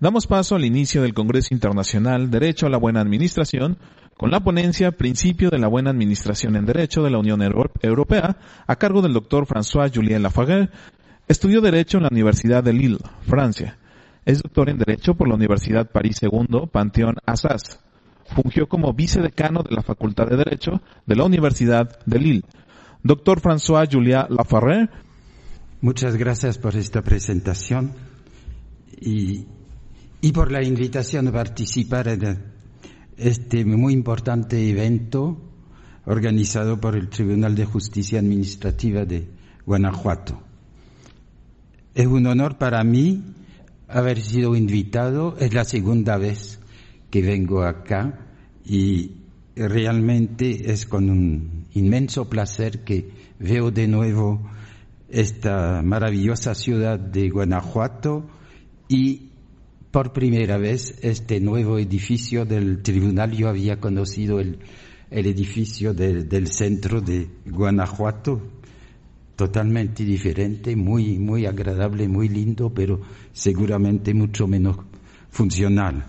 Damos paso al inicio del Congreso Internacional Derecho a la Buena Administración con la ponencia Principio de la Buena Administración en Derecho de la Unión Europea a cargo del Dr. François-Julien Lafargue. Estudió Derecho en la Universidad de Lille, Francia. Es doctor en Derecho por la Universidad París II, Panthéon-Assas. Fungió como vicedecano de la Facultad de Derecho de la Universidad de Lille. Doctor François-Julien Lafargue. Muchas gracias por esta presentación y por la invitación a participar en este muy importante evento organizado por el Tribunal de Justicia Administrativa de Guanajuato. Es un honor para mí haber sido invitado, es la segunda vez que vengo acá y realmente es con un inmenso placer que veo de nuevo esta maravillosa ciudad de Guanajuato y por primera vez este nuevo edificio del tribunal. Yo había conocido el edificio del centro de Guanajuato, totalmente diferente, muy agradable, muy lindo, pero seguramente mucho menos funcional.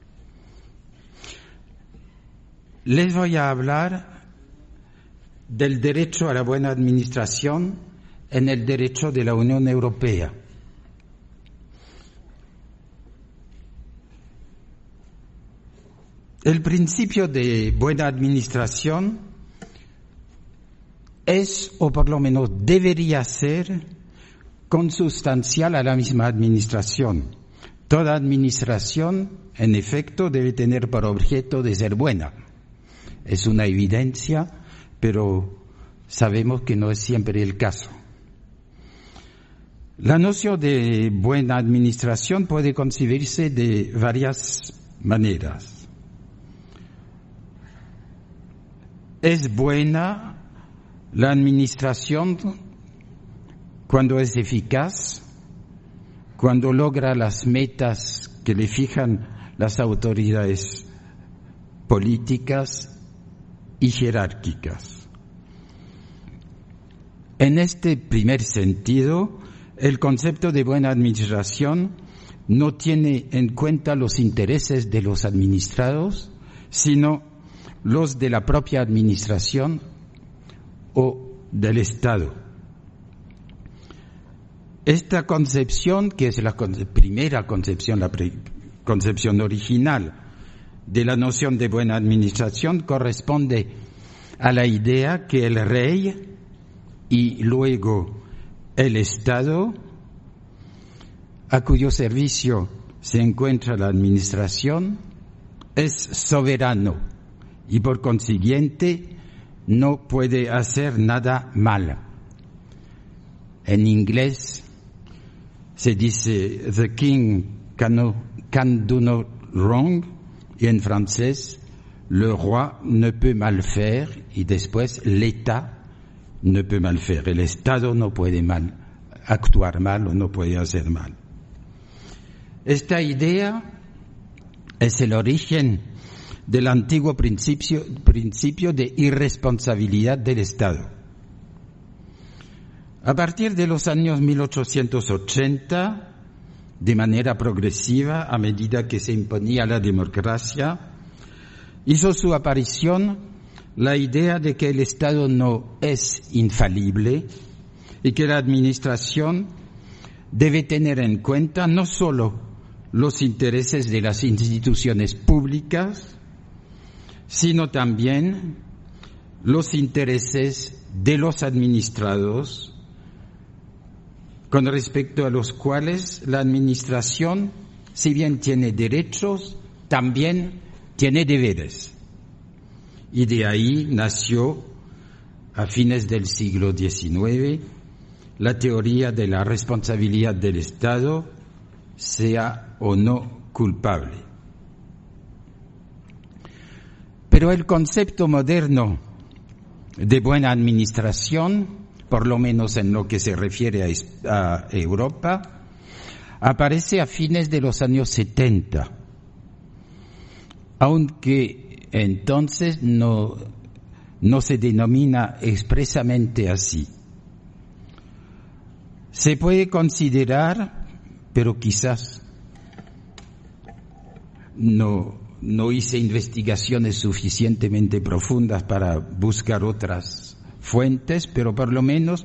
Les voy a hablar del derecho a la buena administración en el derecho de la Unión Europea. El principio de buena administración es, o por lo menos debería ser, consustancial a la misma administración. Toda administración, en efecto, debe tener por objeto de ser buena. Es una evidencia, pero sabemos que no es siempre el caso. La noción de buena administración puede concebirse de varias maneras. Es buena la administración cuando es eficaz, cuando logra las metas que le fijan las autoridades políticas y jerárquicas. En este primer sentido, el concepto de buena administración no tiene en cuenta los intereses de los administrados, sino los de la propia administración o del Estado. Esta concepción, que es la primera concepción, la concepción original de la noción de buena administración, corresponde a la idea que el rey y luego el Estado, a cuyo servicio se encuentra la administración, es soberano y por consiguiente no puede hacer nada mal. En inglés se dice the king can do no wrong, y en francés le roi ne peut mal faire, y después l'État ne peut mal faire. El Estado no puede actuar mal o no puede hacer mal. Esta idea es el origen del antiguo principio de irresponsabilidad del Estado. A partir de los años 1880, de manera progresiva, a medida que se imponía la democracia, hizo su aparición la idea de que el Estado no es infalible y que la administración debe tener en cuenta no solo los intereses de las instituciones públicas, sino también los intereses de los administrados, con respecto a los cuales la administración, si bien tiene derechos, también tiene deberes. Y de ahí nació, a fines del siglo XIX, la teoría de la responsabilidad del Estado, sea o no culpable. Pero el concepto moderno de buena administración, por lo menos en lo que se refiere a Europa, aparece a fines de los años 70, aunque entonces no se denomina expresamente así. Se puede considerar, pero quizás no hice investigaciones suficientemente profundas para buscar otras fuentes, pero por lo menos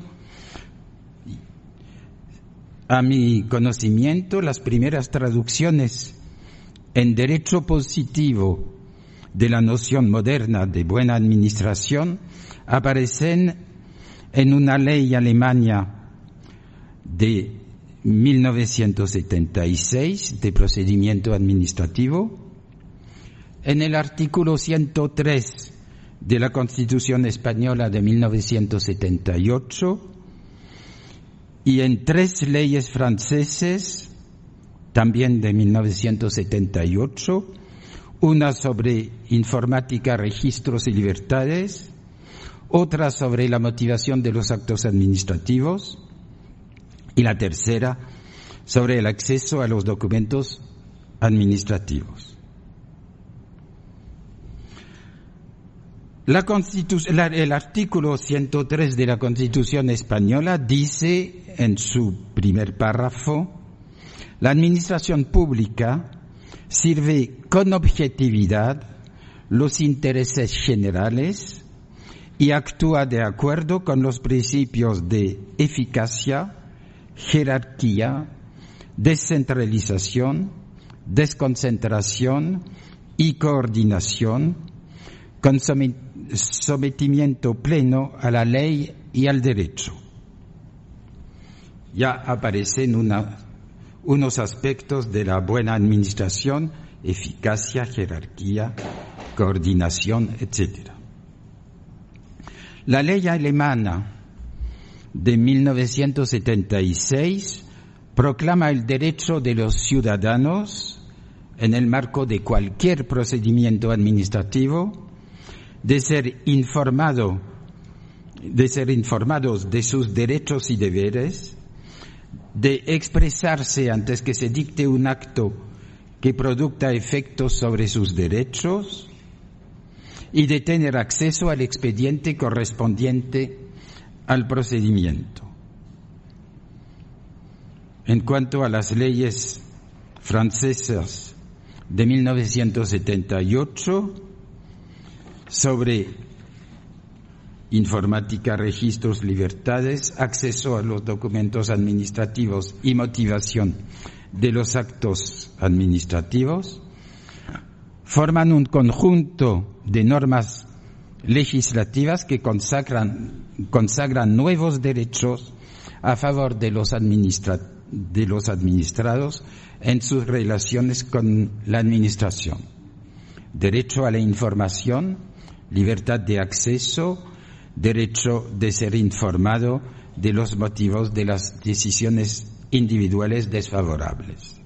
a mi conocimiento las primeras traducciones en derecho positivo de la noción moderna de buena administración aparecen en una ley alemana de 1976 de procedimiento administrativo, en el artículo 103 de la Constitución Española de 1978 y en 3 leyes franceses, también de 1978, una sobre informática, registros y libertades, otra sobre la motivación de los actos administrativos y la tercera sobre el acceso a los documentos administrativos. El artículo 103 de la Constitución Española dice en su primer párrafo: la administración pública sirve con objetividad los intereses generales y actúa de acuerdo con los principios de eficacia, jerarquía, descentralización, desconcentración y coordinación, con sometimiento pleno a la ley y al derecho. Ya aparecen unos aspectos de la buena administración: eficacia, jerarquía, coordinación, etc. La ley alemana de 1976 proclama el derecho de los ciudadanos, en el marco de cualquier procedimiento administrativo, de ser informados de sus derechos y deberes, de expresarse antes que se dicte un acto que produzca efectos sobre sus derechos y de tener acceso al expediente correspondiente al procedimiento. En cuanto a las leyes francesas de 1978 sobre informática, registros, libertades, acceso a los documentos administrativos y motivación de los actos administrativos, forman un conjunto de normas legislativas que consagran nuevos derechos a favor de los administrados en sus relaciones con la administración: derecho a la información, libertad de acceso, derecho de ser informado de los motivos de las decisiones individuales desfavorables.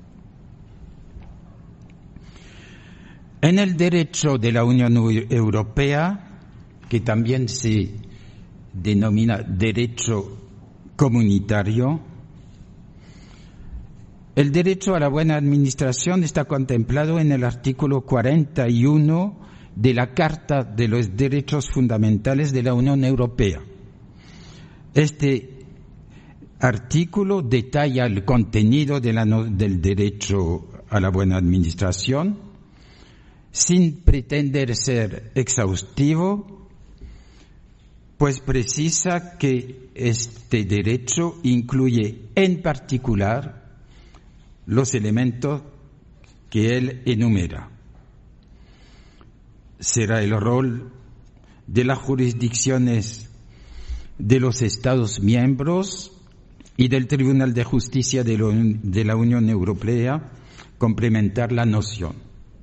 En el derecho de la Unión Europea, que también se denomina derecho comunitario, el derecho a la buena administración está contemplado en el artículo 41 de la Carta de los Derechos Fundamentales de la Unión Europea. Este artículo detalla el contenido del derecho a la buena administración, sin pretender ser exhaustivo, pues precisa que este derecho incluye en particular los elementos que él enumera. Será el rol de las jurisdicciones de los Estados miembros y del Tribunal de Justicia de la Unión Europea complementar la noción.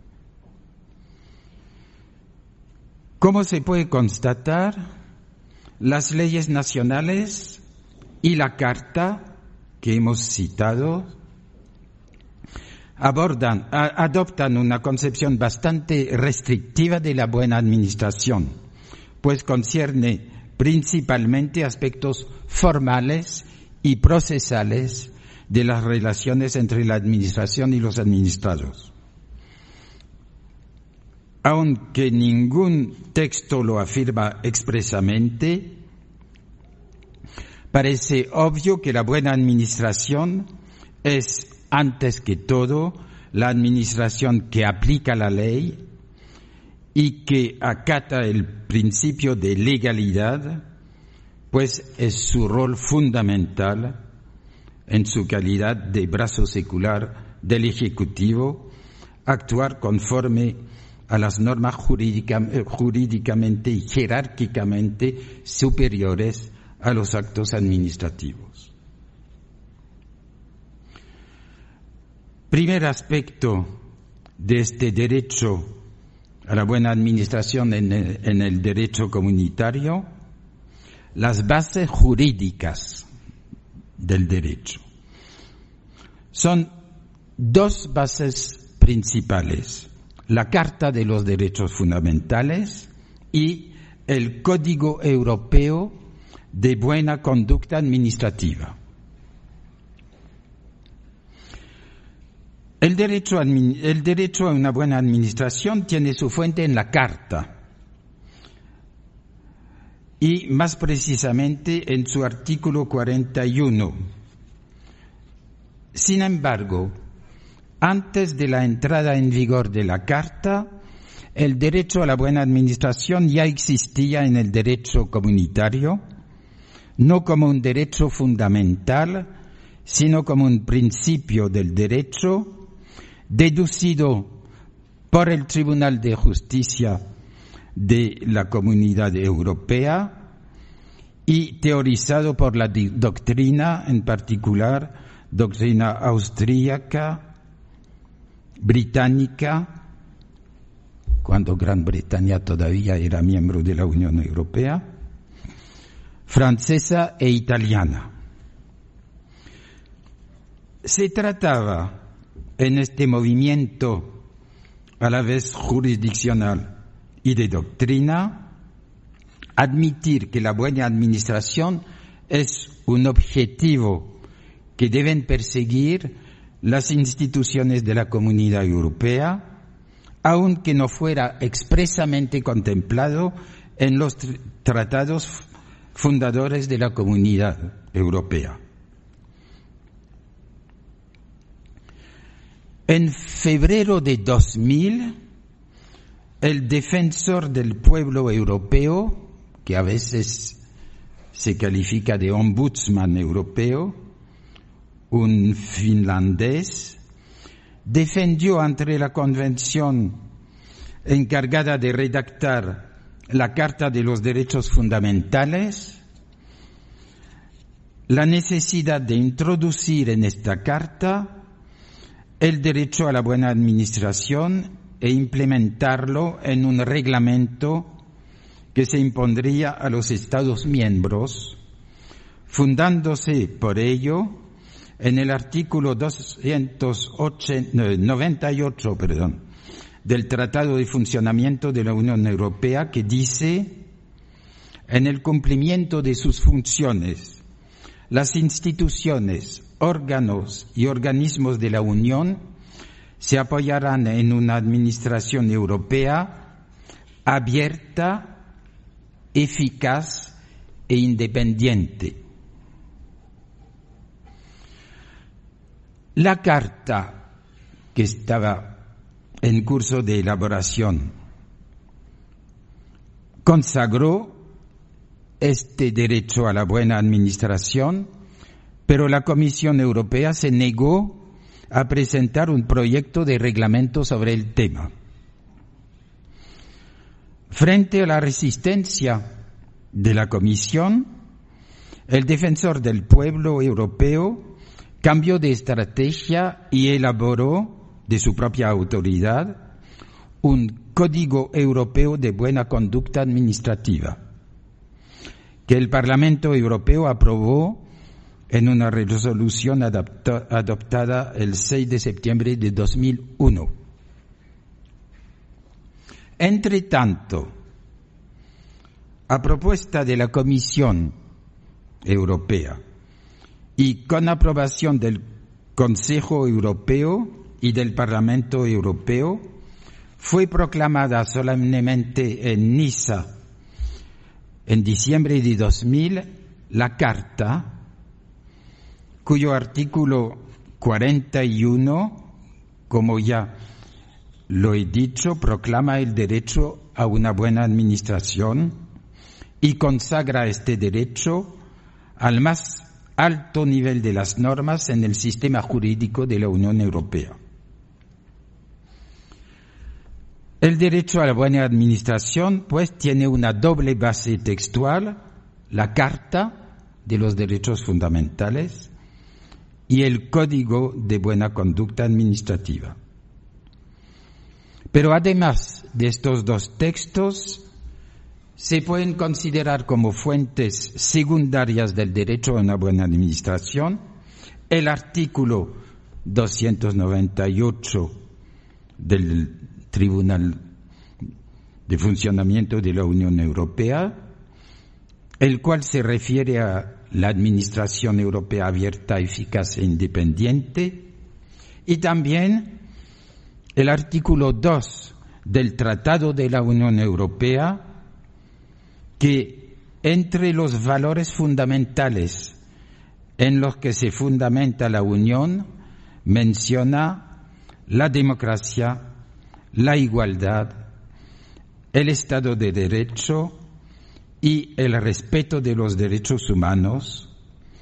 Como se puede constatar, las leyes nacionales y la Carta que hemos citado adoptan una concepción bastante restrictiva de la buena administración, pues concierne principalmente aspectos formales y procesales de las relaciones entre la administración y los administrados. Aunque ningún texto lo afirma expresamente, parece obvio que la buena administración es, antes que todo, la administración que aplica la ley y que acata el principio de legalidad, pues es su rol fundamental en su calidad de brazo secular del Ejecutivo, actuar conforme a las normas jurídicamente y jerárquicamente superiores a los actos administrativos. Primer aspecto de este derecho a la buena administración en el derecho comunitario, las bases jurídicas del derecho. Son dos bases principales: la Carta de los Derechos Fundamentales y el Código Europeo de Buena Conducta Administrativa. El derecho a una buena administración tiene su fuente en la Carta y más precisamente en su artículo 41. Sin embargo, antes de la entrada en vigor de la Carta, el derecho a la buena administración ya existía en el derecho comunitario, no como un derecho fundamental, sino como un principio del derecho deducido por el Tribunal de Justicia de la Comunidad Europea y teorizado por la doctrina, en particular doctrina austríaca, británica, cuando Gran Bretaña todavía era miembro de la Unión Europea, francesa e italiana. Se trataba en este movimiento a la vez jurisdiccional y de doctrina, admitir que la buena administración es un objetivo que deben perseguir las instituciones de la Comunidad Europea, aunque no fuera expresamente contemplado en los tratados fundadores de la Comunidad Europea. En febrero de 2000, el defensor del pueblo europeo, que a veces se califica de ombudsman europeo, un finlandés, defendió ante la convención encargada de redactar la Carta de los Derechos Fundamentales la necesidad de introducir en esta Carta el derecho a la buena administración e implementarlo en un reglamento que se impondría a los Estados miembros, fundándose por ello en el artículo 298 del Tratado de Funcionamiento de la Unión Europea, que dice: en el cumplimiento de sus funciones, las instituciones, órganos y organismos de la Unión se apoyarán en una administración europea abierta, eficaz e independiente. La Carta, que estaba en curso de elaboración, consagró este derecho a la buena administración, pero la Comisión Europea se negó a presentar un proyecto de reglamento sobre el tema. Frente a la resistencia de la Comisión, el defensor del pueblo europeo cambió de estrategia y elaboró, de su propia autoridad, un Código Europeo de Buena Conducta Administrativa, que el Parlamento Europeo aprobó en una resolución adoptada el 6 de septiembre de 2001. Entre tanto, a propuesta de la Comisión Europea y con aprobación del Consejo Europeo y del Parlamento Europeo, fue proclamada solemnemente en Niza, en diciembre de 2000, la Carta, cuyo artículo 41 como ya lo he dicho, proclama el derecho a una buena administración y consagra este derecho al más alto nivel de las normas en el sistema jurídico de la Unión Europea. El derecho a la buena administración, pues, tiene una doble base textual, la Carta de los Derechos Fundamentales y el Código de Buena Conducta Administrativa. Pero además de estos dos textos, se pueden considerar como fuentes secundarias del derecho a una buena administración el artículo 298 del Tribunal de Funcionamiento de la Unión Europea, el cual se refiere a la administración europea abierta, eficaz e independiente, y también el artículo 2 del Tratado de la Unión Europea, que entre los valores fundamentales en los que se fundamenta la Unión menciona la democracia, la igualdad, el Estado de Derecho y el respeto de los derechos humanos,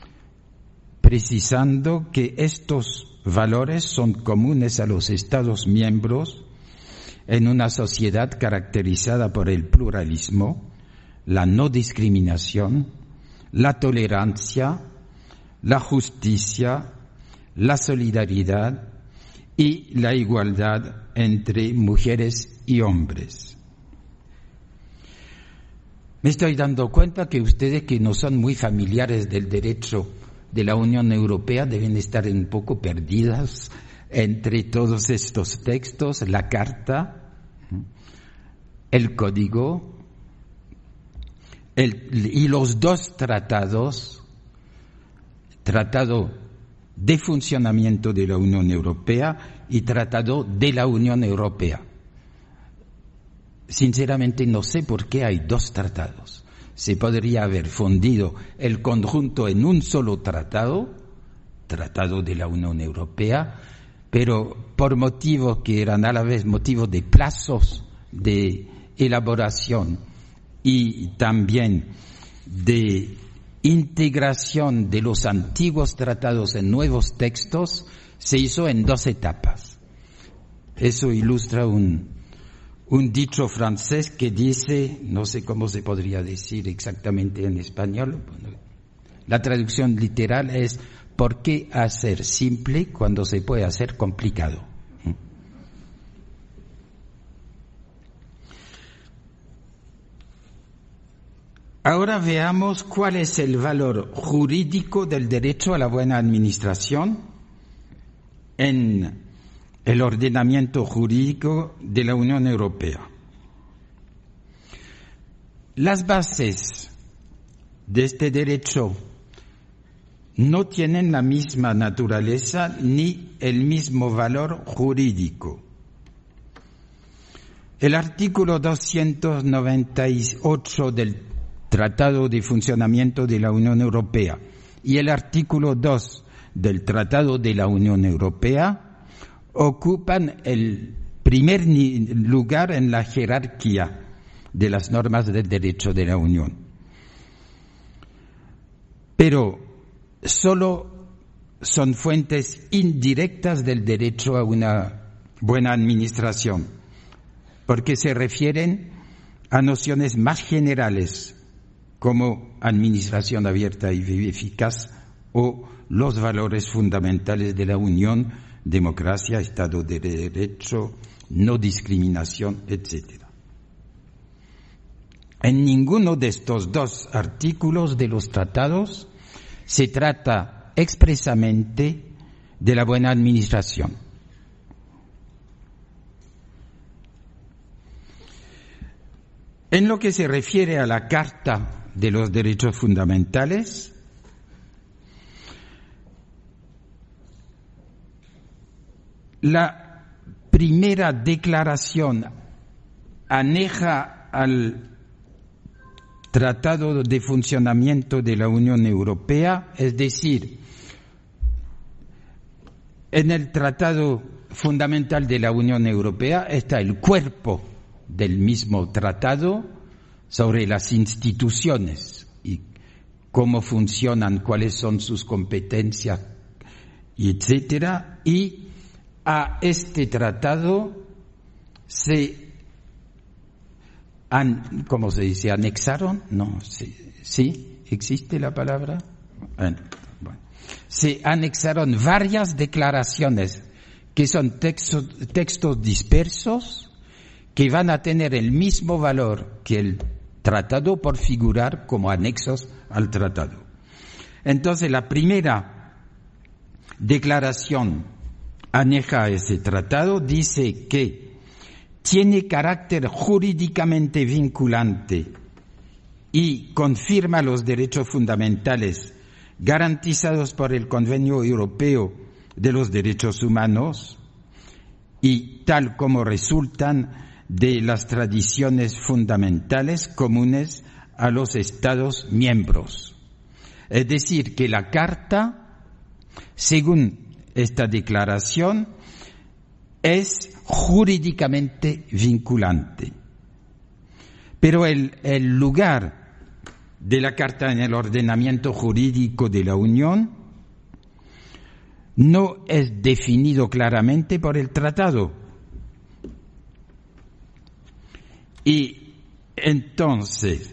precisando que estos valores son comunes a los Estados miembros en una sociedad caracterizada por el pluralismo, la no discriminación, la tolerancia, la justicia, la solidaridad y la igualdad entre mujeres y hombres. Me estoy dando cuenta que ustedes, que no son muy familiares del derecho de la Unión Europea, deben estar un poco perdidas entre todos estos textos, la Carta, el Código y los dos tratados, Tratado de Funcionamiento de la Unión Europea y Tratado de la Unión Europea. Sinceramente no sé por qué hay dos tratados. Se podría haber fundido el conjunto en un solo tratado, Tratado de la Unión Europea, pero por motivos que eran a la vez motivos de plazos de elaboración y también de integración de los antiguos tratados en nuevos textos, se hizo en dos etapas. Eso ilustra un dicho francés que dice, no sé cómo se podría decir exactamente en español, la traducción literal es: ¿por qué hacer simple cuando se puede hacer complicado? Ahora veamos cuál es el valor jurídico del derecho a la buena administración en el ordenamiento jurídico de la Unión Europea. Las bases de este derecho no tienen la misma naturaleza ni el mismo valor jurídico. El artículo 298 del Tratado de Funcionamiento de la Unión Europea y el artículo 2 del Tratado de la Unión Europea ocupan el primer lugar en la jerarquía de las normas del derecho de la Unión. Pero solo son fuentes indirectas del derecho a una buena administración, porque se refieren a nociones más generales como administración abierta y eficaz o los valores fundamentales de la Unión, democracia, Estado de Derecho, no discriminación, etc. En ninguno de estos dos artículos de los tratados se trata expresamente de la buena administración. En lo que se refiere a la Carta de los Derechos Fundamentales, la primera declaración aneja al Tratado de Funcionamiento de la Unión Europea, es decir, en el Tratado fundamental de la Unión Europea está el cuerpo del mismo tratado sobre las instituciones y cómo funcionan, cuáles son sus competencias, etcétera. Y a este tratado ¿cómo se dice? ¿Anexaron? No, sí, ¿existe la palabra? Bueno. Se anexaron varias declaraciones que son textos dispersos que van a tener el mismo valor que el tratado por figurar como anexos al tratado. Entonces, la primera declaración aneja a ese tratado dice que tiene carácter jurídicamente vinculante y confirma los derechos fundamentales garantizados por el Convenio Europeo de los Derechos Humanos y tal como resultan de las tradiciones fundamentales comunes a los Estados miembros. Es decir, que la Carta, según esta declaración, es jurídicamente vinculante. Pero el lugar de la Carta en el ordenamiento jurídico de la Unión no es definido claramente por el tratado. Y entonces,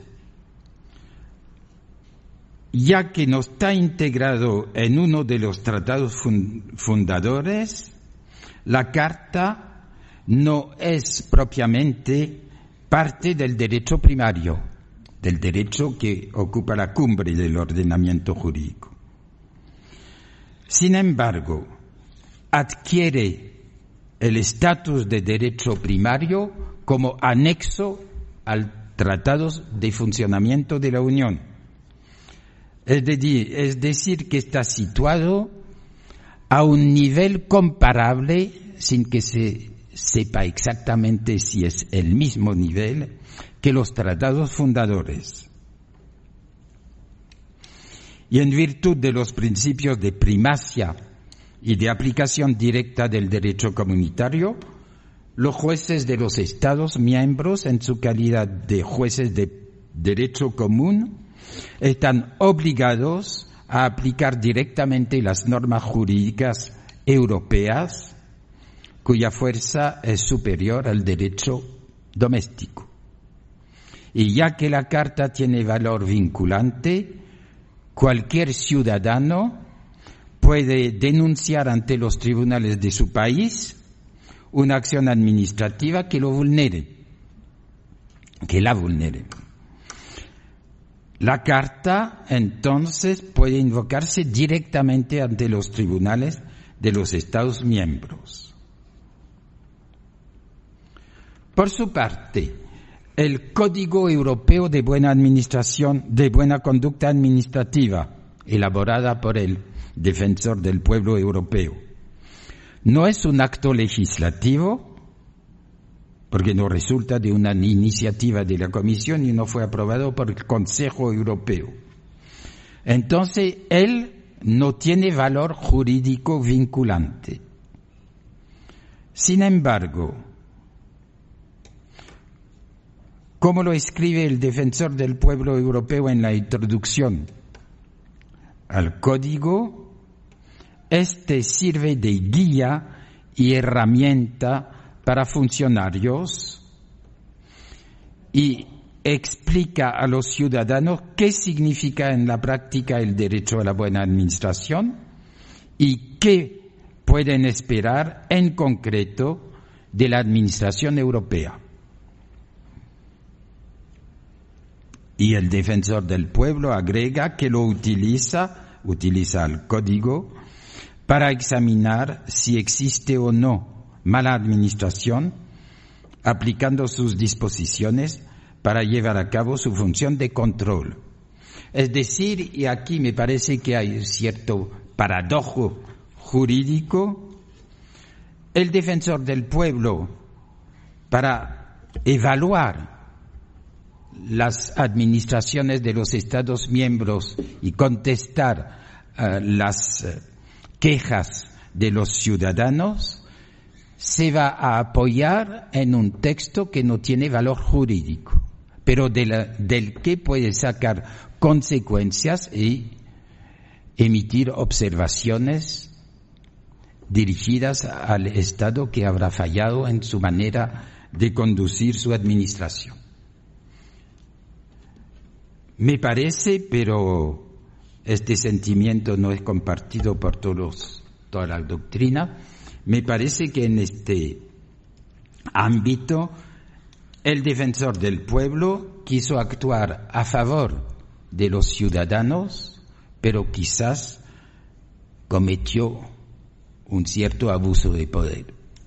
ya que no está integrado en uno de los tratados fundadores, la Carta no es propiamente parte del derecho primario, del derecho que ocupa la cumbre del ordenamiento jurídico. Sin embargo, adquiere el estatus de derecho primario como anexo al Tratado de Funcionamiento de la Unión. Es decir, que está situado a un nivel comparable, sin que se sepa exactamente si es el mismo nivel, que los tratados fundadores. Y en virtud de los principios de primacia y de aplicación directa del derecho comunitario, los jueces de los Estados miembros, en su calidad de jueces de derecho común, están obligados a aplicar directamente las normas jurídicas europeas, cuya fuerza es superior al derecho doméstico. Y ya que la Carta tiene valor vinculante, cualquier ciudadano puede denunciar ante los tribunales de su país una acción administrativa que la vulnere. La Carta, entonces, puede invocarse directamente ante los tribunales de los Estados miembros. Por su parte, el Código Europeo de Buena Administración, de Buena Conducta Administrativa, elaborada por el Defensor del Pueblo Europeo, no es un acto legislativo, porque no resulta de una iniciativa de la Comisión y no fue aprobado por el Consejo Europeo. Entonces, él no tiene valor jurídico vinculante. Sin embargo, como lo escribe el Defensor del Pueblo Europeo en la introducción al Código, este sirve de guía y herramienta para funcionarios y explica a los ciudadanos qué significa en la práctica el derecho a la buena administración y qué pueden esperar en concreto de la administración europea. Y el Defensor del Pueblo agrega que lo utiliza el Código para examinar si existe o no mala administración, aplicando sus disposiciones para llevar a cabo su función de control. Es decir, y aquí me parece que hay cierto paradojo jurídico, el Defensor del Pueblo, para evaluar las administraciones de los Estados miembros y contestar las quejas de los ciudadanos, se va a apoyar en un texto que no tiene valor jurídico, pero del que puede sacar consecuencias y emitir observaciones dirigidas al Estado que habrá fallado en su manera de conducir su administración. Me parece, pero este sentimiento no es compartido por toda la doctrina, me parece que en este ámbito el defensor del pueblo quiso actuar a favor de los ciudadanos, pero quizás cometió un cierto abuso de poder.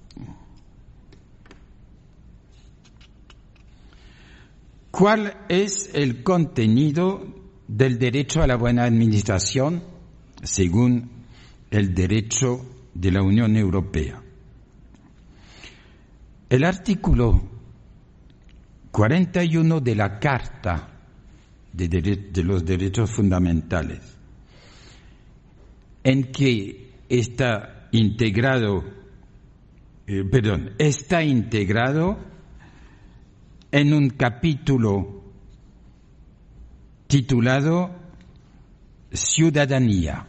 ¿Cuál es el contenido del derecho a la buena administración según el derecho de la Unión Europea? El artículo 41 de la Carta de los Derechos Fundamentales, en que está integrado en un capítulo titulado Ciudadanía.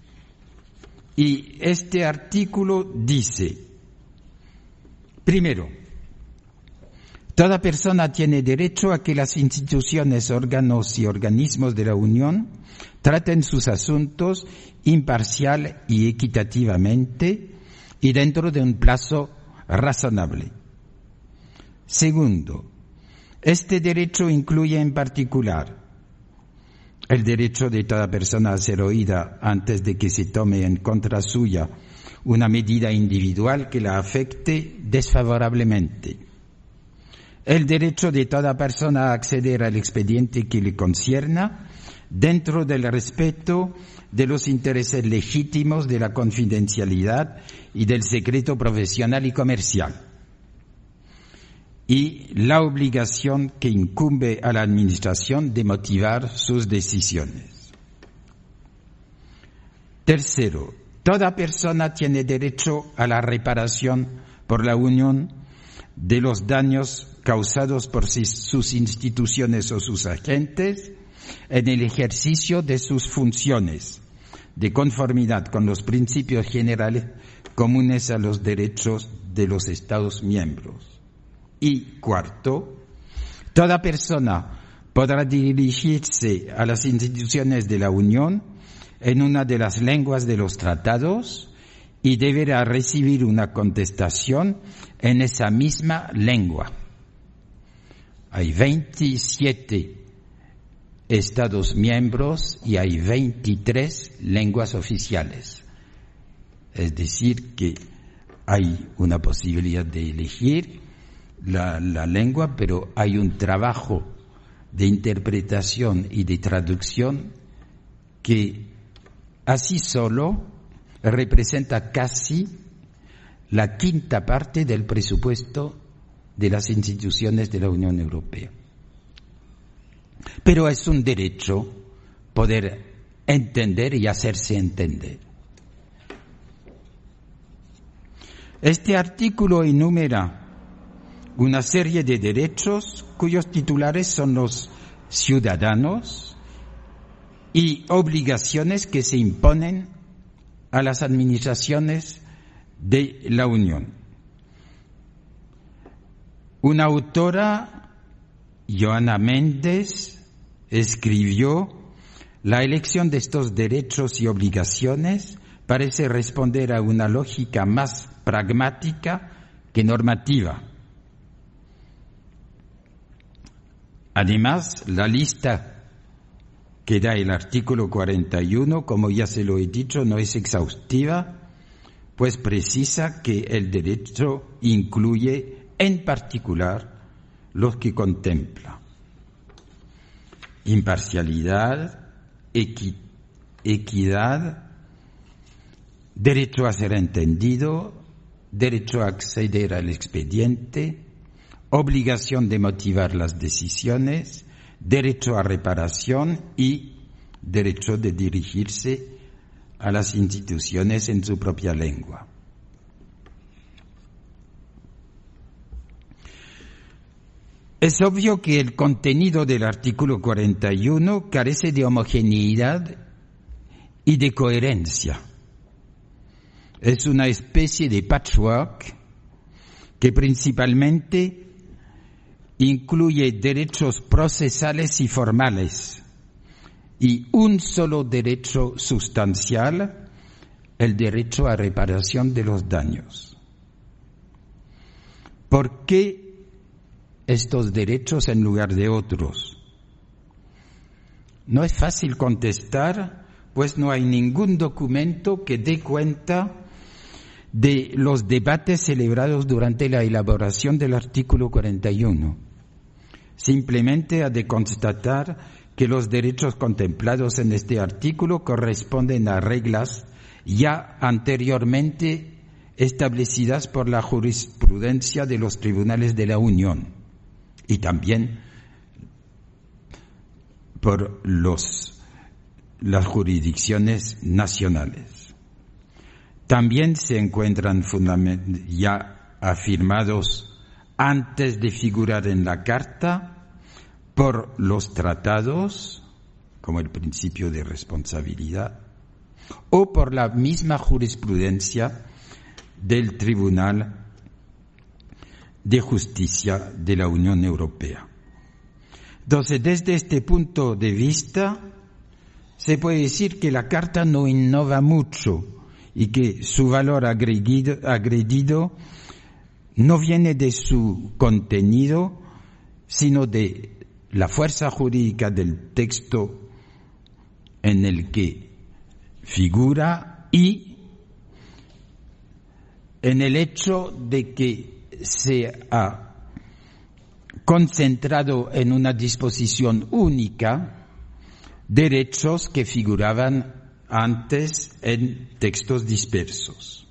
Y este artículo dice, primero, toda persona tiene derecho a que las instituciones, órganos y organismos de la Unión traten sus asuntos imparcial y equitativamente y dentro de un plazo razonable. Segundo, este derecho incluye en particular el derecho de toda persona a ser oída antes de que se tome en contra suya una medida individual que la afecte desfavorablemente. El derecho de toda persona a acceder al expediente que le concierna dentro del respeto de los intereses legítimos de la confidencialidad y del secreto profesional y comercial. Y la obligación que incumbe a la administración de motivar sus decisiones. Tercero, toda persona tiene derecho a la reparación por la Unión de los daños causados por sus instituciones o sus agentes en el ejercicio de sus funciones, de conformidad con los principios generales comunes a los derechos de los Estados miembros. Y cuarto, toda persona podrá dirigirse a las instituciones de la Unión en una de las lenguas de los tratados y deberá recibir una contestación en esa misma lengua. Hay 27 Estados miembros y hay 23 lenguas oficiales. Es decir, que hay una posibilidad de elegir la lengua, pero hay un trabajo de interpretación y de traducción que así solo representa casi la quinta parte del presupuesto de las instituciones de la Unión Europea. Pero es un derecho poder entender y hacerse entender. Este artículo enumera una serie de derechos cuyos titulares son los ciudadanos y obligaciones que se imponen a las administraciones de la Unión. Una autora, Joana Méndez, escribió: la elección de estos derechos y obligaciones parece responder a una lógica más pragmática que normativa. Además, la lista que da el artículo 41, como ya se lo he dicho, no es exhaustiva, pues precisa que el derecho incluye en particular los que contempla imparcialidad, equidad, derecho a ser entendido, derecho a acceder al expediente, obligación de motivar las decisiones, derecho a reparación y derecho de dirigirse a las instituciones en su propia lengua. Es obvio que el contenido del artículo 41 carece de homogeneidad y de coherencia. Es una especie de patchwork que principalmente incluye derechos procesales y formales y un solo derecho sustancial, el derecho a reparación de los daños. ¿Por qué estos derechos en lugar de otros? No es fácil contestar, pues no hay ningún documento que dé cuenta de los debates celebrados durante la elaboración del artículo 41. Simplemente ha de constatar que los derechos contemplados en este artículo corresponden a reglas ya anteriormente establecidas por la jurisprudencia de los tribunales de la Unión y también por las jurisdicciones nacionales. También se encuentran ya afirmados antes de figurar en la Carta por los tratados, como el principio de responsabilidad, o por la misma jurisprudencia del Tribunal de Justicia de la Unión Europea. Entonces, desde este punto de vista, se puede decir que la Carta no innova mucho y que su valor agredido no viene de su contenido, sino de la fuerza jurídica del texto en el que figura y en el hecho de que se ha concentrado en una disposición única derechos que figuraban antes en textos dispersos.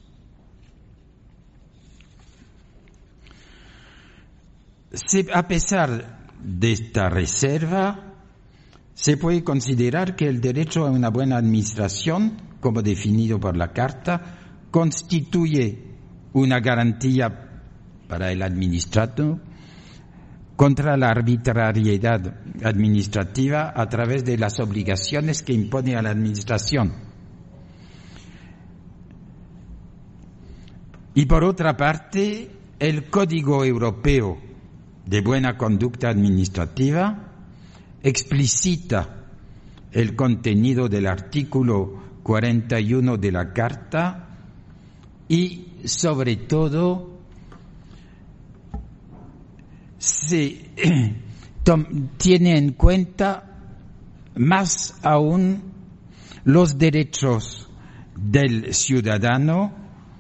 A pesar de esta reserva, se puede considerar que el derecho a una buena administración, como definido por la Carta, constituye una garantía para el administrado contra la arbitrariedad administrativa a través de las obligaciones que impone a la administración. Y por otra parte, el Código Europeo de Buena Conducta Administrativa explicita el contenido del artículo 41 de la Carta y, sobre todo, se tiene en cuenta más aún los derechos del ciudadano,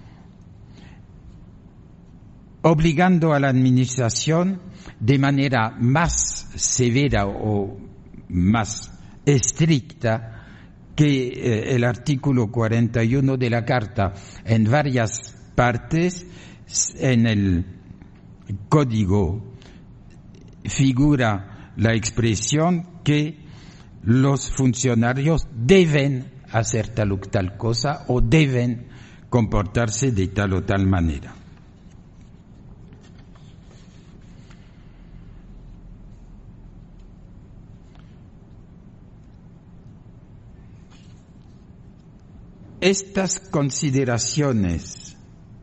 obligando a la administración de manera más severa o más estricta que el artículo 41 de la Carta. En varias partes en el Código figura la expresión que los funcionarios deben hacer tal o tal cosa o deben comportarse de tal o tal manera. Estas consideraciones,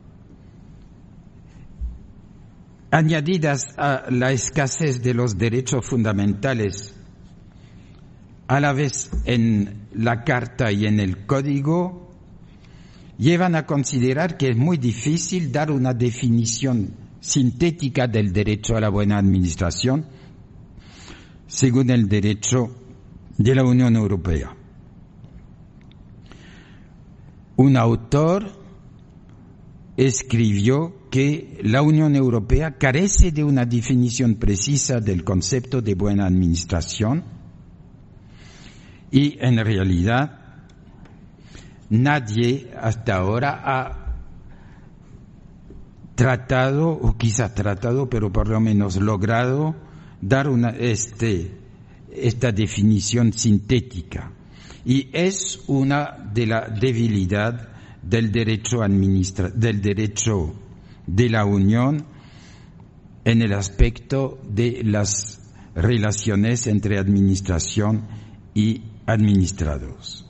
añadidas a la escasez de los derechos fundamentales, a la vez en la Carta y en el Código, llevan a considerar que es muy difícil dar una definición sintética del derecho a la buena administración según el derecho de la Unión Europea. Un autor escribió que la Unión Europea carece de una definición precisa del concepto de buena administración y, en realidad, nadie hasta ahora ha tratado, o quizás tratado, pero por lo menos logrado, dar esta definición sintética. Y es una de las debilidades del derecho de la Unión, en el aspecto de las relaciones entre administración y administrados.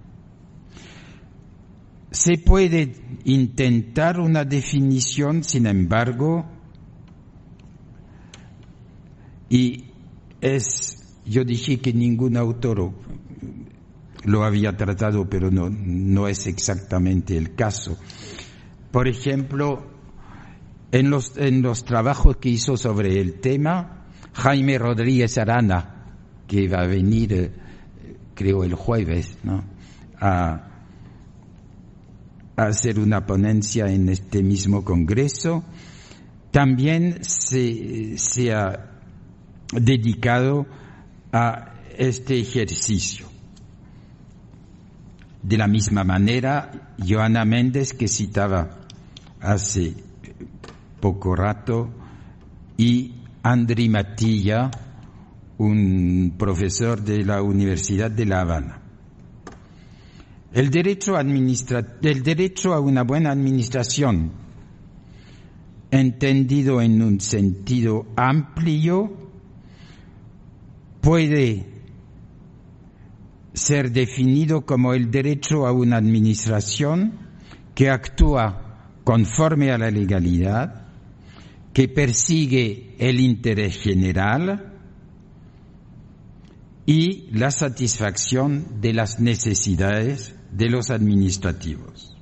Se puede intentar una definición, sin embargo, y yo dije que ningún autor lo había tratado, pero no es exactamente el caso. Por ejemplo, en los trabajos que hizo sobre el tema, Jaime Rodríguez Arana, que va a venir, creo, el jueves, ¿no?, a hacer una ponencia en este mismo congreso, también se ha dedicado a este ejercicio. De la misma manera, Joana Méndez, que citaba hace poco rato, y Andri Matilla, un profesor de la Universidad de La Habana. El derecho a una buena administración, entendido en un sentido amplio, puede ser definido como el derecho a una administración que actúa conforme a la legalidad, que persigue el interés general y la satisfacción de las necesidades de los administrativos.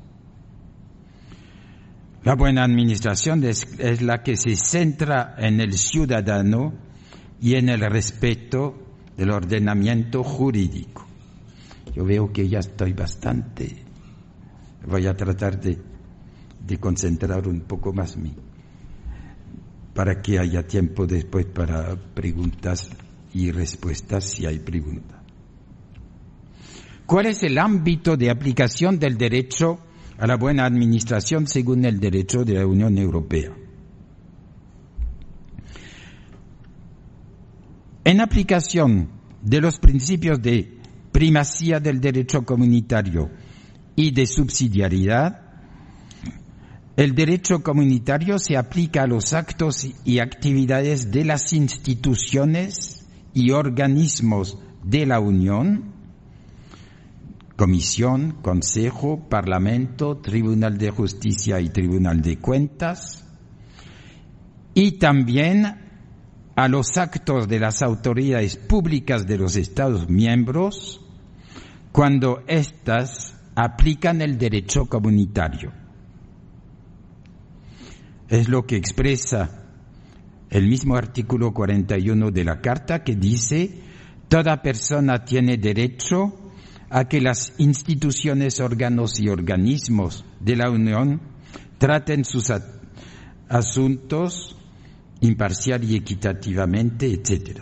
La buena administración es la que se centra en el ciudadano y en el respeto del ordenamiento jurídico. Yo veo que ya estoy bastante. Voy a tratar de concentrar un poco más para que haya tiempo después para preguntas y respuestas si hay preguntas. ¿Cuál es el ámbito de aplicación del derecho a la buena administración según el derecho de la Unión Europea? En aplicación de los principios de primacía del derecho comunitario y de subsidiariedad, el derecho comunitario se aplica a los actos y actividades de las instituciones y organismos de la Unión, Comisión, Consejo, Parlamento, Tribunal de Justicia y Tribunal de Cuentas, y también a los actos de las autoridades públicas de los Estados miembros cuando éstas aplican el derecho comunitario. Es lo que expresa el mismo artículo 41 de la Carta, que dice: toda persona tiene derecho a que las instituciones, órganos y organismos de la Unión traten sus asuntos imparcial y equitativamente, etc.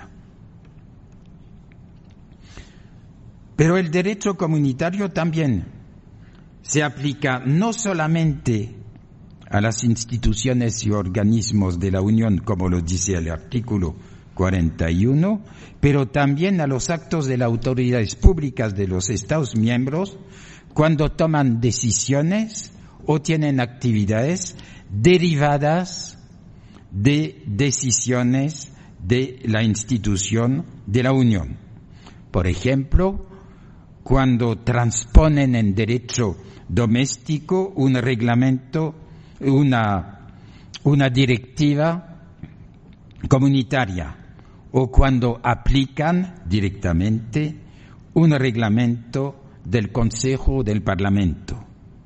Pero el derecho comunitario también se aplica no solamente a las instituciones y organismos de la Unión, como lo dice el artículo 41, pero también a los actos de las autoridades públicas de los Estados miembros cuando toman decisiones o tienen actividades derivadas de decisiones de la institución de la Unión. Por ejemplo, cuando transponen en derecho doméstico un reglamento, una directiva comunitaria, o cuando aplican directamente un reglamento del Consejo o del Parlamento.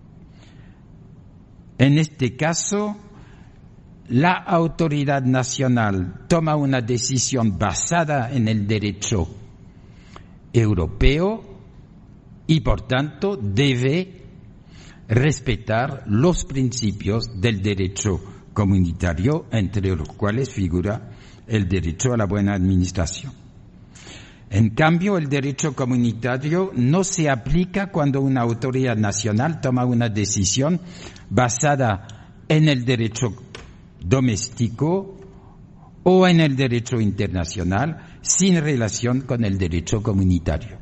En este caso, la autoridad nacional toma una decisión basada en el derecho europeo y, por tanto, debe respetar los principios del derecho comunitario, entre los cuales figura el derecho a la buena administración. En cambio, el derecho comunitario no se aplica cuando una autoridad nacional toma una decisión basada en el derecho doméstico o en el derecho internacional sin relación con el derecho comunitario.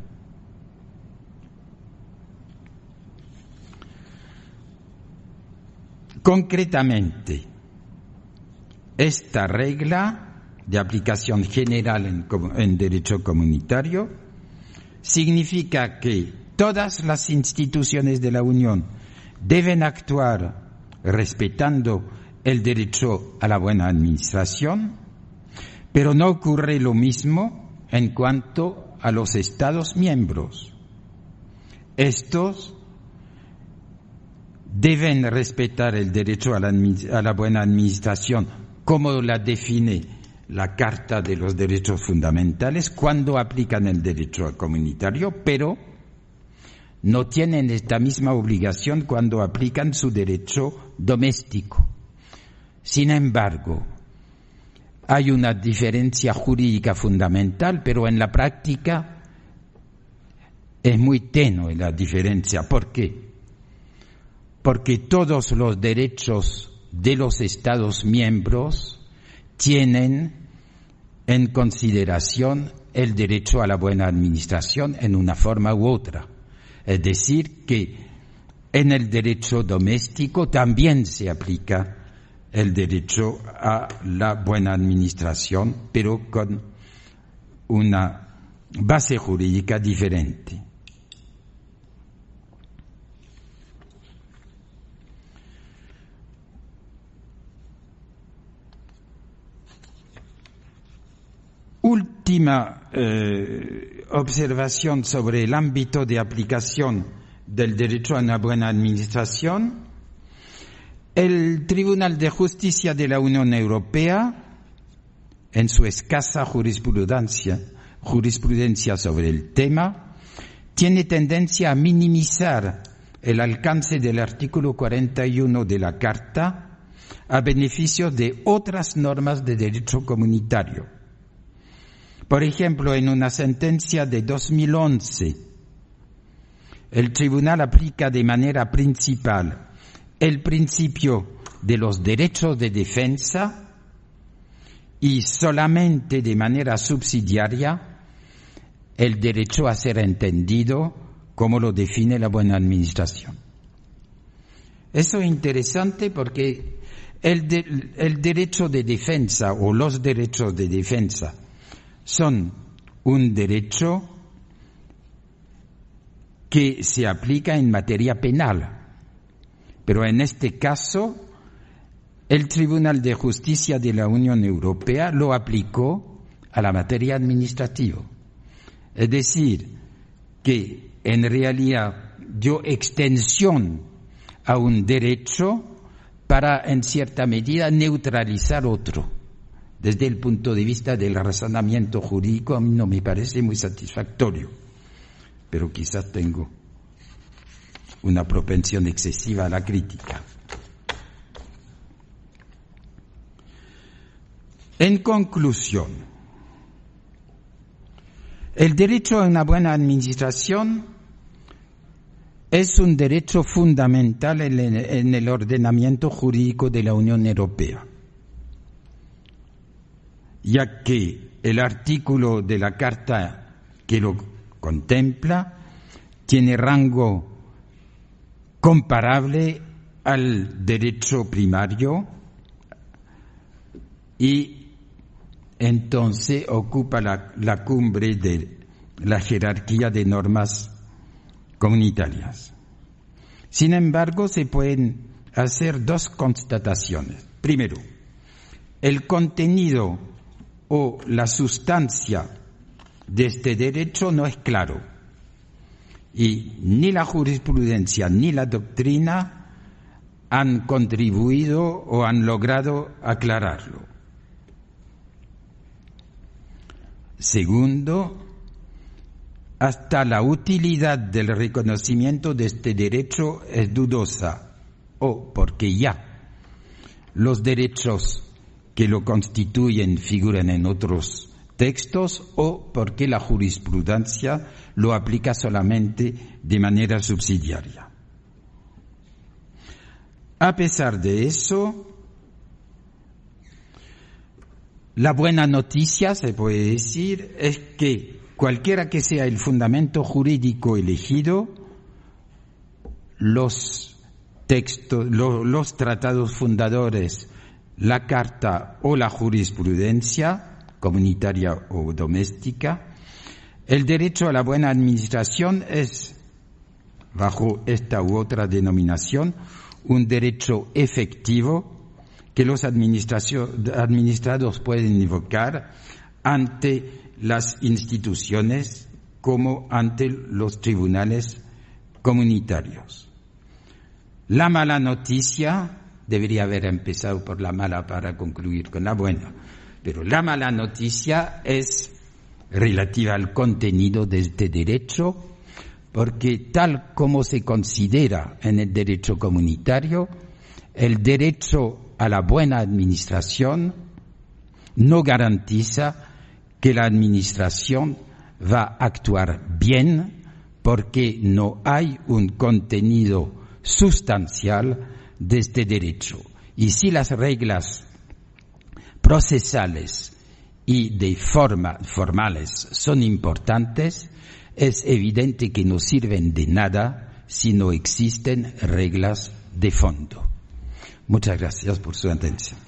Concretamente, esta regla de aplicación general en derecho comunitario significa que todas las instituciones de la Unión deben actuar respetando el derecho a la buena administración, pero no ocurre lo mismo en cuanto a los Estados miembros. Estos deben respetar el derecho a la buena administración, como la define la Carta de los Derechos Fundamentales, cuando aplican el derecho comunitario, pero no tienen esta misma obligación cuando aplican su derecho doméstico. Sin embargo, hay una diferencia jurídica fundamental, pero en la práctica es muy tenue la diferencia. ¿Por qué? Porque todos los derechos de los Estados miembros tienen en consideración el derecho a la buena administración en una forma u otra. Es decir, que en el derecho doméstico también se aplica el derecho a la buena administración, pero con una base jurídica diferente. Última observación sobre el ámbito de aplicación del derecho a una buena administración. El Tribunal de Justicia de la Unión Europea, en su escasa jurisprudencia sobre el tema, tiene tendencia a minimizar el alcance del artículo 41 de la Carta a beneficio de otras normas de derecho comunitario. Por ejemplo, en una sentencia de 2011, el tribunal aplica de manera principal el principio de los derechos de defensa y solamente de manera subsidiaria el derecho a ser entendido como lo define la buena administración. Eso es interesante porque el derecho de defensa o los derechos de defensa son un derecho que se aplica en materia penal, pero en este caso el Tribunal de Justicia de la Unión Europea lo aplicó a la materia administrativa. Es decir, que en realidad dio extensión a un derecho para, en cierta medida, neutralizar otro. Desde el punto de vista del razonamiento jurídico, a mí no me parece muy satisfactorio, pero quizás tengo una propensión excesiva a la crítica. En conclusión, el derecho a una buena administración es un derecho fundamental en el ordenamiento jurídico de la Unión Europea, ya que el artículo de la Carta que lo contempla tiene rango comparable al derecho primario y entonces ocupa la cumbre de la jerarquía de normas comunitarias. Sin embargo, se pueden hacer dos constataciones. Primero, el contenido o la sustancia de este derecho no es claro y ni la jurisprudencia ni la doctrina han contribuido o han logrado aclararlo. Segundo, hasta la utilidad del reconocimiento de este derecho es dudosa, o porque ya los derechos que lo constituyen figuran en otros textos, o porque la jurisprudencia lo aplica solamente de manera subsidiaria. A pesar de eso, la buena noticia, se puede decir, es que cualquiera que sea el fundamento jurídico elegido, los textos, los tratados fundadores la Carta o la jurisprudencia comunitaria o doméstica. El derecho a la buena administración es, bajo esta u otra denominación, un derecho efectivo que los administrados pueden invocar ante las instituciones como ante los tribunales comunitarios. La mala noticia, debería haber empezado por la mala para concluir con la buena, pero la mala noticia es relativa al contenido de este derecho, porque tal como se considera en el derecho comunitario, el derecho a la buena administración no garantiza que la administración va a actuar bien, porque no hay un contenido sustancial de este derecho. Y si las reglas procesales y de formales son importantes, es evidente que no sirven de nada si no existen reglas de fondo. Muchas gracias por su atención.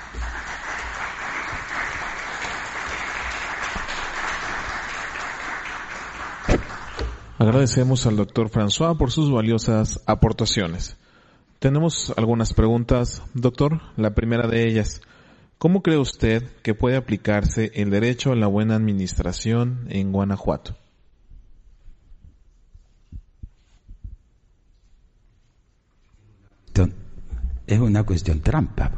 Agradecemos al doctor François por sus valiosas aportaciones. Tenemos algunas preguntas, doctor. La primera de ellas, ¿cómo cree usted que puede aplicarse el derecho a la buena administración en Guanajuato? Es una cuestión trampa.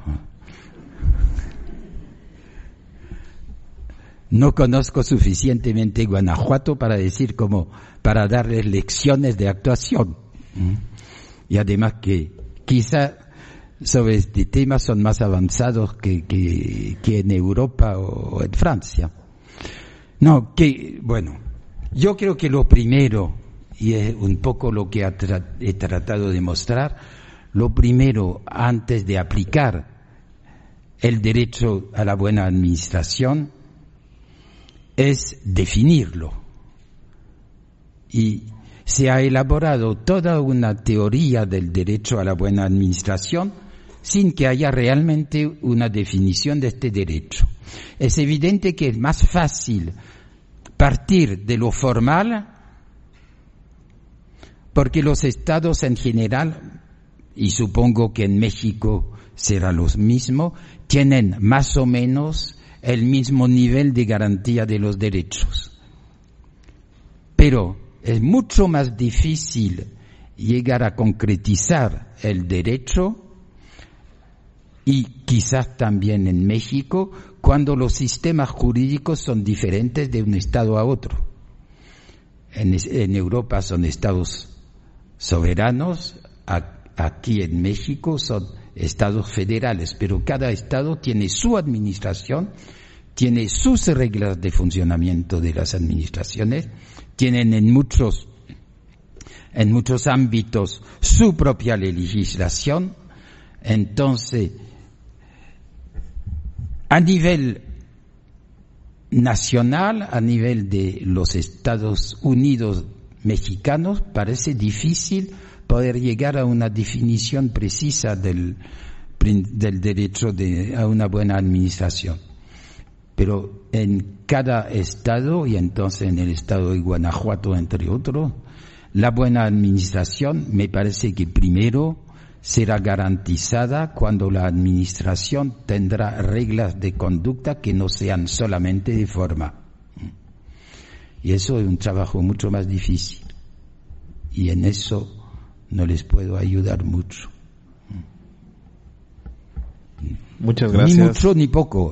No conozco suficientemente Guanajuato para decir para darles lecciones de actuación. Y además que quizá sobre este tema son más avanzados que en Europa o en Francia. Yo creo que lo primero, y es un poco lo que he tratado de mostrar, lo primero, antes de aplicar el derecho a la buena administración, es definirlo. Y se ha elaborado toda una teoría del derecho a la buena administración sin que haya realmente una definición de este derecho. Es evidente que es más fácil partir de lo formal, porque los estados en general, y supongo que en México será lo mismo, tienen más o menos el mismo nivel de garantía de los derechos. Pero es mucho más difícil llegar a concretizar el derecho, y quizás también en México, cuando los sistemas jurídicos son diferentes de un estado a otro. En Europa son estados soberanos, aquí en México son estados federales, pero cada estado tiene su administración, tiene sus reglas de funcionamiento de las administraciones, tienen en muchos ámbitos su propia legislación. Entonces, a nivel nacional, a nivel de los Estados Unidos mexicanos, parece difícil poder llegar a una definición precisa del derecho a una buena administración. Pero en cada estado, y entonces en el estado de Guanajuato, entre otros, la buena administración me parece que primero será garantizada cuando la administración tendrá reglas de conducta que no sean solamente de forma. Y eso es un trabajo mucho más difícil. Y en eso no les puedo ayudar mucho. Muchas gracias. Ni mucho ni poco.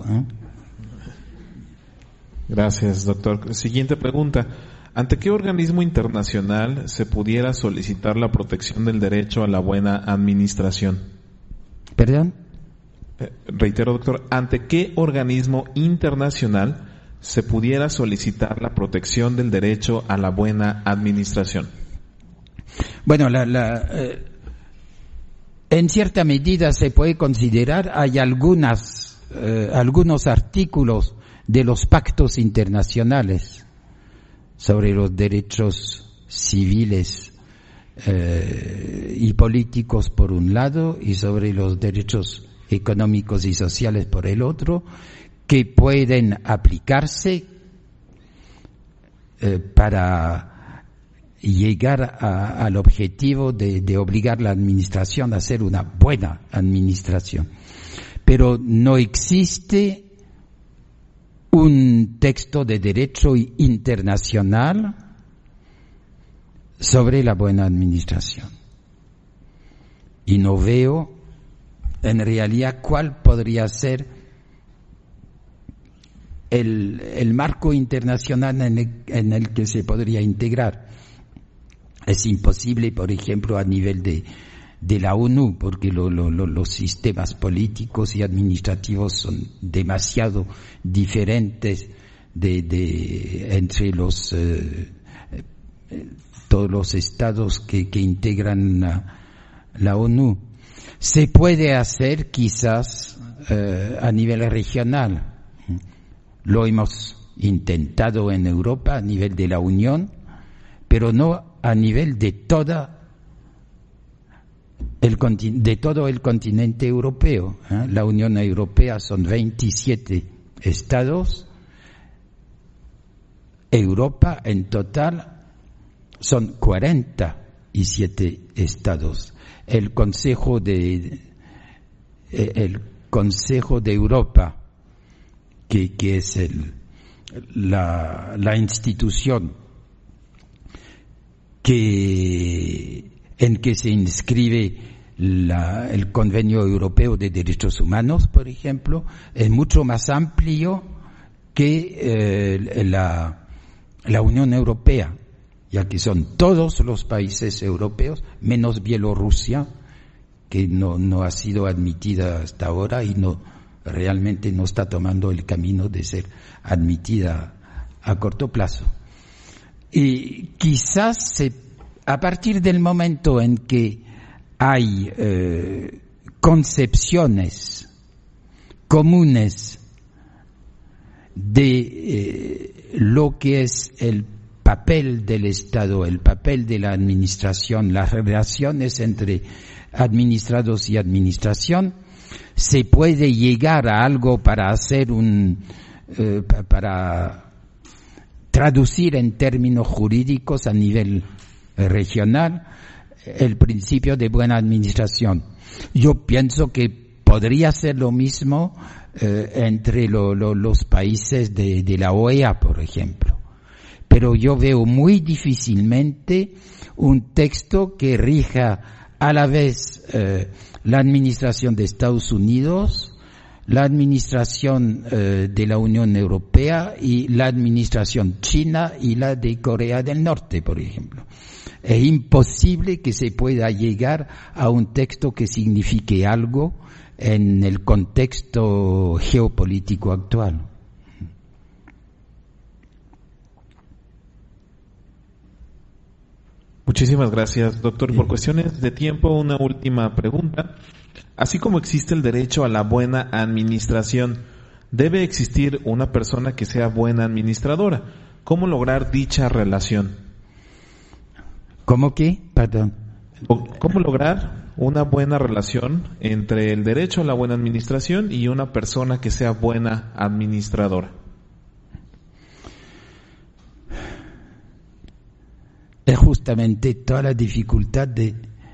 Gracias, doctor. Siguiente pregunta. ¿Ante qué organismo internacional se pudiera solicitar la protección del derecho a la buena administración? ¿Perdón? Reitero, doctor, ¿ante qué organismo internacional se pudiera solicitar la protección del derecho a la buena administración? Bueno, en cierta medida se puede considerar, hay algunos artículos de los pactos internacionales sobre los derechos civiles y políticos por un lado, y sobre los derechos económicos y sociales por el otro, que pueden aplicarse para llegar al objetivo de obligar a la administración a hacer una buena administración. Pero no existe un texto de derecho internacional sobre la buena administración. Y no veo en realidad cuál podría ser el marco internacional en el que se podría integrar. Es imposible, por ejemplo, a nivel de la ONU, porque los sistemas políticos y administrativos son demasiado diferentes entre todos los estados que integran la ONU. Se puede hacer quizás a nivel regional. Lo hemos intentado en Europa a nivel de la Unión, pero no a nivel de todo el continente europeo. La Unión Europea son 27 estados. Europa en total son 47 estados. El Consejo de Europa, que es la institución en que se inscribe el Convenio Europeo de Derechos Humanos, por ejemplo, es mucho más amplio que la Unión Europea, ya que son todos los países europeos, menos Bielorrusia, que no ha sido admitida hasta ahora y realmente no está tomando el camino de ser admitida a corto plazo. Y quizás a partir del momento en que hay concepciones comunes de lo que es el papel del Estado, el papel de la administración, las relaciones entre administrados y administración, se puede llegar a algo para hacer para traducir en términos jurídicos a nivel regional el principio de buena administración. Yo pienso que podría ser lo mismo entre los países de la OEA, por ejemplo. Pero yo veo muy difícilmente un texto que rija a la vez la administración de Estados Unidos, la administración de la Unión Europea y la administración china y la de Corea del Norte, por ejemplo. Es imposible que se pueda llegar a un texto que signifique algo en el contexto geopolítico actual. Muchísimas gracias, doctor. Por cuestiones de tiempo, una última pregunta. Así como existe el derecho a la buena administración, debe existir una persona que sea buena administradora. ¿Cómo lograr dicha relación? ¿Cómo qué? Perdón. ¿Cómo lograr una buena relación entre el derecho a la buena administración y una persona que sea buena administradora? Es justamente toda la dificultad de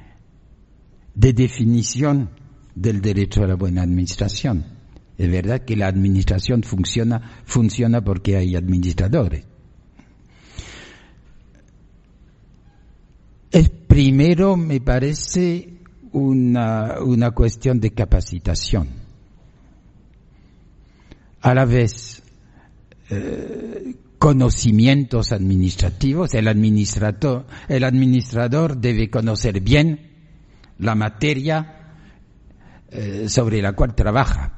definición del derecho a la buena administración. Es verdad que la administración funciona porque hay administradores. El primero me parece una cuestión de capacitación. A la vez, conocimientos administrativos. El administrador debe conocer bien la materia sobre la cual trabaja.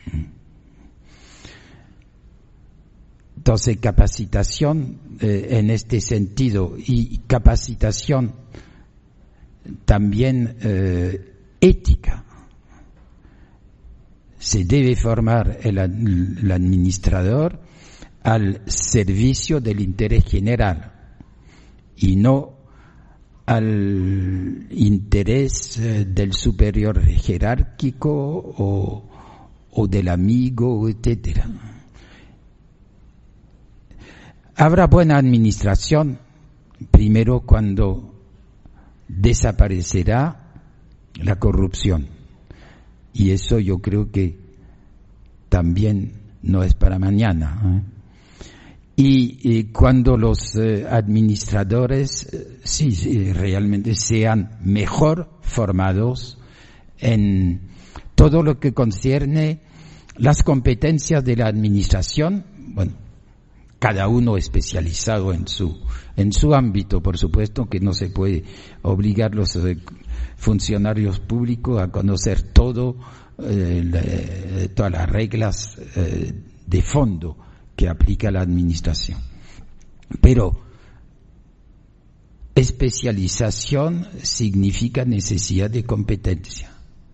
Entonces, capacitación en este sentido y capacitación también ética. Se debe formar el administrador al servicio del interés general y no al interés del superior jerárquico o del amigo, etcétera. Habrá buena administración primero cuando desaparecerá la corrupción, y eso yo creo que también no es para mañana, ¿eh? Y cuando los administradores sí, realmente sean mejor formados en todo lo que concierne las competencias de la administración, bueno, cada uno especializado en su ámbito, por supuesto que no se puede obligar a los funcionarios públicos a conocer todas las reglas de fondo que aplica la administración. Pero especialización significa necesidad de competencia.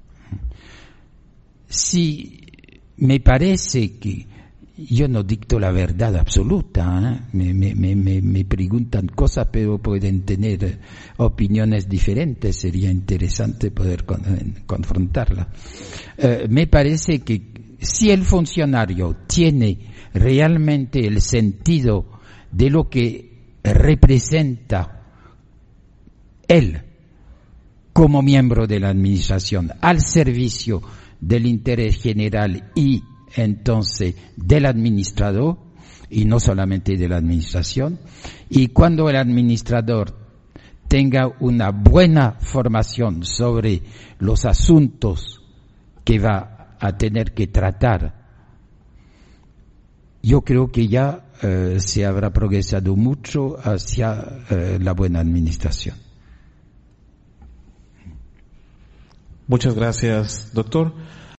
Si me parece que yo no dicto la verdad absoluta, ¿eh? Me preguntan cosas, pero pueden tener opiniones diferentes, sería interesante poder confrontarla. Me parece que si el funcionario tiene realmente el sentido de lo que representa él como miembro de la administración al servicio del interés general y entonces del administrador, y no solamente de la administración, y cuando el administrador tenga una buena formación sobre los asuntos que va a tener que tratar, yo creo que ya se habrá progresado mucho hacia la buena administración. Muchas gracias, doctor.